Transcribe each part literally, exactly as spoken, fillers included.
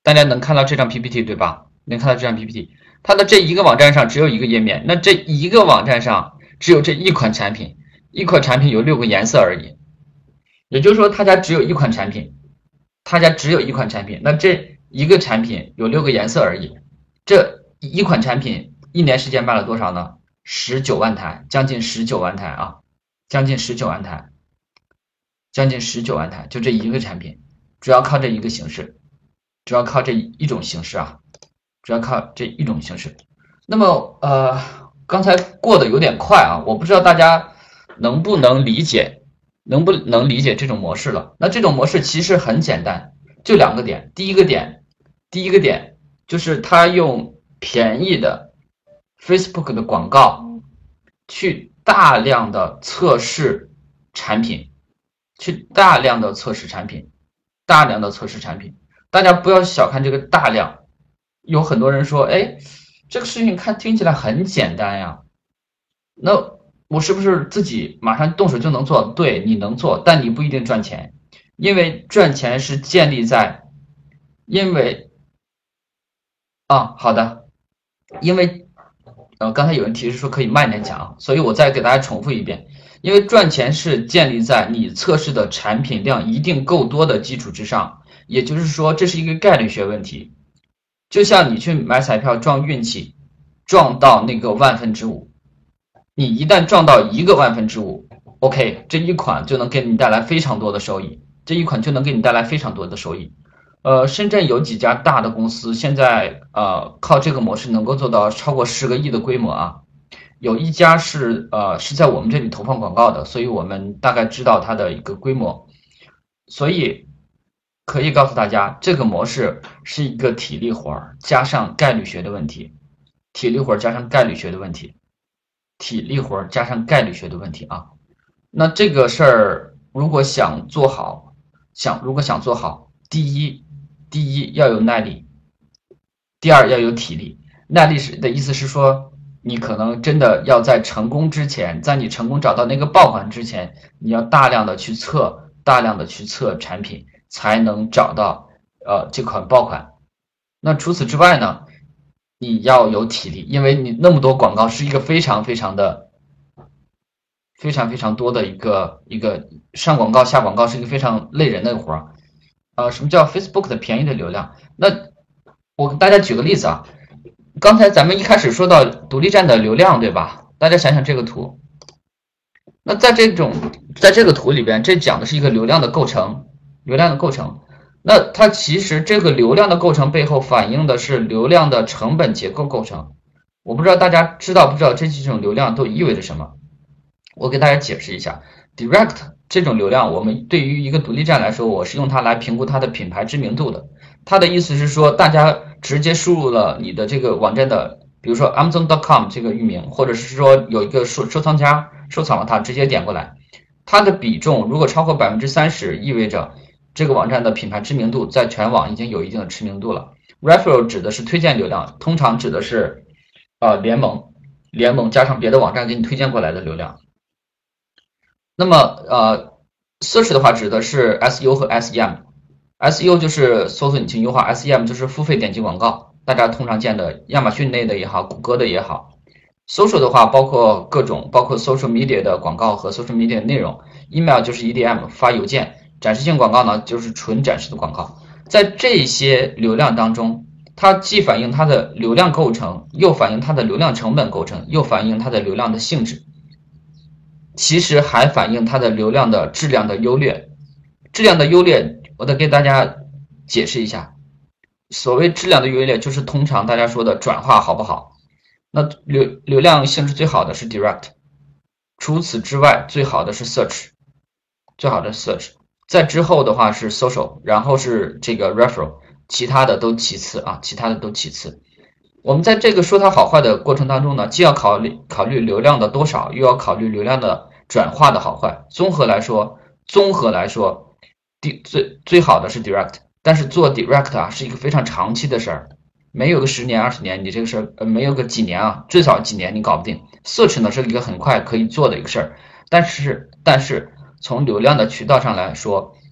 大家能看到这张 P P T 对吧？能看到这张 P P T，它的这一个网站上只有一个页面，那这一个网站上只有这一款产品，一款产品有六个颜色而已，也就是说，他家只有一款产品，他家只有一款产品，那这一个产品有六个颜色而已，这一款产品一年时间卖了多少呢？十九万台，将近十九万台啊，将近十九万台，将近十九万台，就这一个产品，主要靠这一个形式。主要靠这一种形式啊，主要靠这一种形式。那么呃，刚才过得有点快啊，我不知道大家能不能理解，能不能理解这种模式了？那这种模式其实很简单，就两个点。第一个点，第一个点就是他用便宜的 Facebook 的广告去大量的测试产品，去大量的测试产品，大量的测试产品。大家不要小看这个大量，有很多人说，哎，这个事情看听起来很简单呀，那我是不是自己马上动手就能做？对，你能做，但你不一定赚钱，因为赚钱是建立在，因为啊，好的，因为呃，刚才有人提示说可以慢点讲，所以我再给大家重复一遍，因为赚钱是建立在你测试的产品量一定够多的基础之上，也就是说这是一个概率学问题。就像你去买彩票撞运气，撞到那个万分之五，你一旦撞到一个万分之五，OK，这一款就能给你带来非常多的收益，这一款就能给你带来非常多的收益。呃，深圳有几家大的公司，现在呃靠这个模式能够做到超过十个亿的规模啊。有一家是呃是在我们这里投放广告的，所以我们大概知道它的一个规模。所以可以告诉大家，这个模式是一个体力活儿加上概率学的问题，体力活儿加上概率学的问题，体力活儿加上概率学的问题啊。那这个事儿如果想做好，想如果想做好，第一，第一要有耐力，第二要有体力。耐力是的意思是说，你可能真的要在成功之前，在你成功找到那个爆款之前，你要大量的去测，大量的去测产品，才能找到呃这款爆款。那除此之外呢，你要有体力，因为你那么多广告是一个非常非常的非常非常多的一个一个上广告下广告是一个非常累人的活儿。呃，什么叫 Facebook 的便宜的流量？那我给大家举个例子啊，刚才咱们一开始说到独立站的流量，对吧？大家想想这个图，那在这种在这个图里边，这讲的是一个流量的构成，流量的构成。那它其实这个流量的构成背后反映的是流量的成本结构构成。我不知道大家知道不知道这几种流量都意味着什么？我给大家解释一下，direct 这种流量，我们对于一个独立站来说，我是用它来评估它的品牌知名度的。它的意思是说，大家直接输入了你的这个网站的，比如说 amazon dot com 这个域名，或者是说有一个收收藏家收藏了它，直接点过来，它的比重如果超过百分之三十，意味着这个网站的品牌知名度在全网已经有一定的知名度了。referral 指的是推荐流量，通常指的是呃联盟，联盟加上别的网站给你推荐过来的流量。那么呃，search 的话指的是 S E O 和 S E M。S E O 就是搜索引擎优化 ，S E M 就是付费点击广告，大家通常见的亚马逊内的也好，谷歌的也好。social 的话包括各种，包括 social media 的广告和 social media 的内容。email 就是 E D M 发邮件，展示性广告呢就是纯展示的广告。在这些流量当中，它既反映它的流量构成，又反映它的流量成本构成，又反映它的流量的性质。其实还反映它的流量的质量的优劣。质量的优劣，我得给大家解释一下。所谓质量的优劣，就是通常大家说的转化好不好。那流流量性质最好的是 direct， 除此之外，最好的是 search， 最好的是 search， 在之后的话是 social， 然后是这个 referral， 其他的都其次啊，其他的都其次。我们在这个说它好坏的过程当中呢，既要考虑考虑流量的多少，又要考虑流量的转化的好坏。综合来说，综合来说，最最好的是 direct， 但是做 direct 啊是一个非常长期的事儿，没有个十年二十年，你这个事儿呃没有个几年啊，最少几年你搞不定。search 呢是一个很快可以做的一个事儿，但是但是从流量的渠道上来说，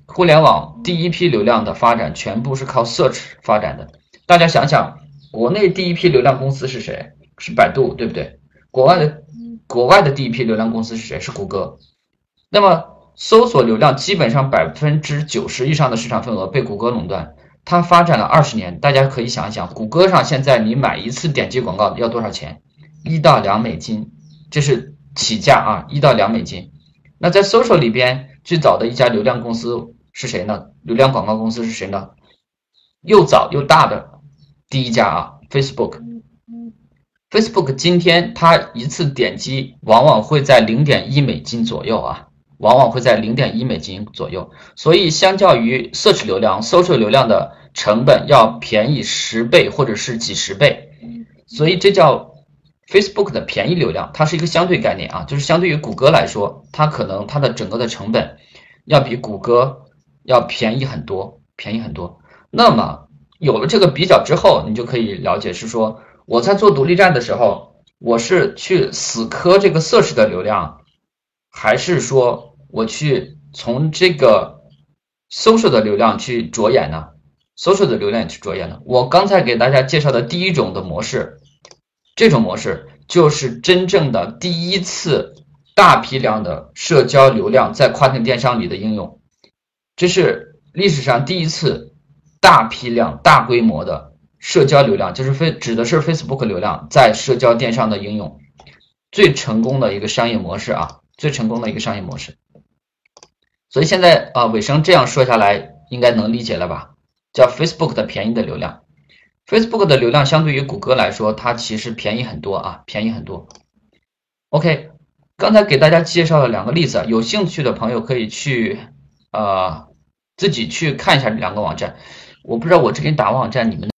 互联网第一批流量的发展全部是靠 search 发展的。大家想想，国内第一批流量公司是谁？是百度，对不对？国外的国外的第一批流量公司是谁？是谷歌。那么搜索流量基本上百分之九十以上的市场份额被谷歌垄断，它发展了二十年。大家可以想一想，谷歌上现在你买一次点击广告要多少钱？一到两美金，这是起价啊，一到两美金。那在 social 里边，最早的一家流量公司是谁呢？流量广告公司是谁呢？又早又大的第一家啊 ，Facebook。Facebook 今天它一次点击往往会在 零点一美金左右啊，往往会在 零点一美金左右。所以相较于 search 流量 social 流量的成本要便宜十倍或者是几十倍，所以这叫 Facebook 的便宜流量，它是一个相对概念啊，就是相对于谷歌来说，它可能它的整个的成本要比谷歌要便宜很多，便宜很多。那么有了这个比较之后，你就可以了解是说，我在做独立站的时候，我是去死磕这个 search 的流量，还是说我去从这个 social 的流量去着眼呢？ social 的流量去着眼呢？我刚才给大家介绍的第一种的模式，这种模式就是真正的第一次大批量的社交流量在跨境电商里的应用，这是历史上第一次大批量大规模的社交流量，就是非指的是 Facebook 流量在社交电商的应用，最成功的一个商业模式啊，最成功的一个商业模式。所以现在啊，尾声这样说下来，应该能理解了吧？叫 Facebook 的便宜的流量。Facebook 的流量相对于谷歌来说，它其实便宜很多啊，便宜很多。OK， 刚才给大家介绍了两个例子，有兴趣的朋友可以去呃自己去看一下这两个网站。我不知道我这给你打网站，你们